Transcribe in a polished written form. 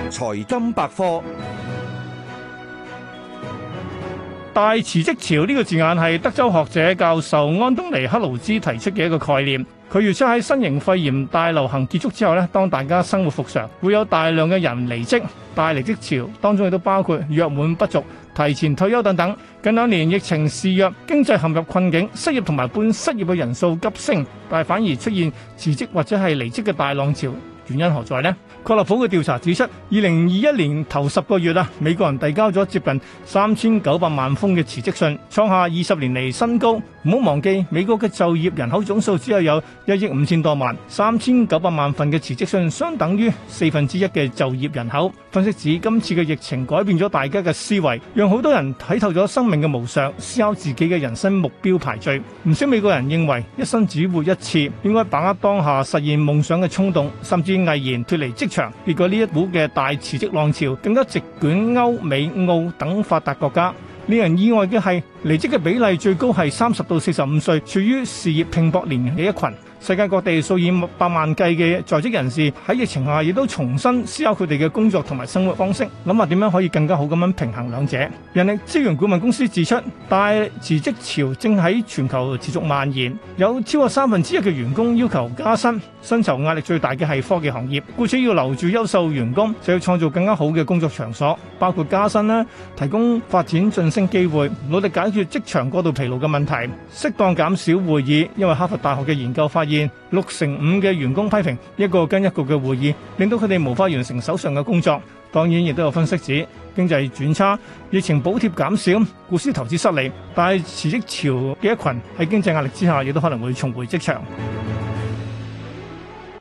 財金百科。 大辭職潮呢個字眼係德州學者教授安東尼克勞茲提出嘅一個概念。佢預測喺新型肺炎大流行結束之後呢，當大家生活復常，會有大量嘅人離職。大離職潮當中亦都包括約滿不續、提前退休等等。近兩年疫情肆虐，經濟陷入困境，失業同埋半失業嘅人數急升，但係反而出現辭職或者係離職嘅大浪潮。原因何在呢？確立普嘅調查指出，2021年頭10個月美國人遞交咗接近3900萬封嘅辭職信，創下20年嚟新高。唔好忘記，美國嘅就業人口總數只係有1億5000多萬，3900萬份嘅辭職信相等於1/4嘅就業人口。分析指今次嘅疫情改變咗大家嘅思維，讓好多人睇透咗生命嘅無常，思考自己嘅人生目標排序。唔少美國人認為一生只活一次，應該把握當下實現夢想嘅衝動，甚至毅然脫離職場。結果呢一股嘅大辭職浪潮更加席捲歐美澳等發達國家。令人意外嘅係，離職嘅比例最高係30到45歲，處於事業拼搏年齡嘅一群。世界各地數以百萬計嘅在職人士喺疫情下亦都重新思考佢哋嘅工作同埋生活方式，諗下點樣可以更加好咁樣平衡兩者。人力資源顧問公司指出，大辭職潮正喺全球持續蔓延，有超過1/3嘅員工要求加薪，薪酬壓力最大嘅係科技行業，故此要留住優秀員工，就要創造更加好嘅工作場所，包括加薪啦，提供發展晉升機會，努力解決職場過度疲勞嘅問題，適當減少會議。因為哈佛大學嘅研究發現，65%嘅員工批評一個跟一個嘅會議，令到佢哋無法完成手上嘅工作。當然，亦都有分析指經濟轉差、疫情補貼減少、故此投資失利，但係辭職潮嘅一群喺經濟壓力之下，亦都可能會重回職場。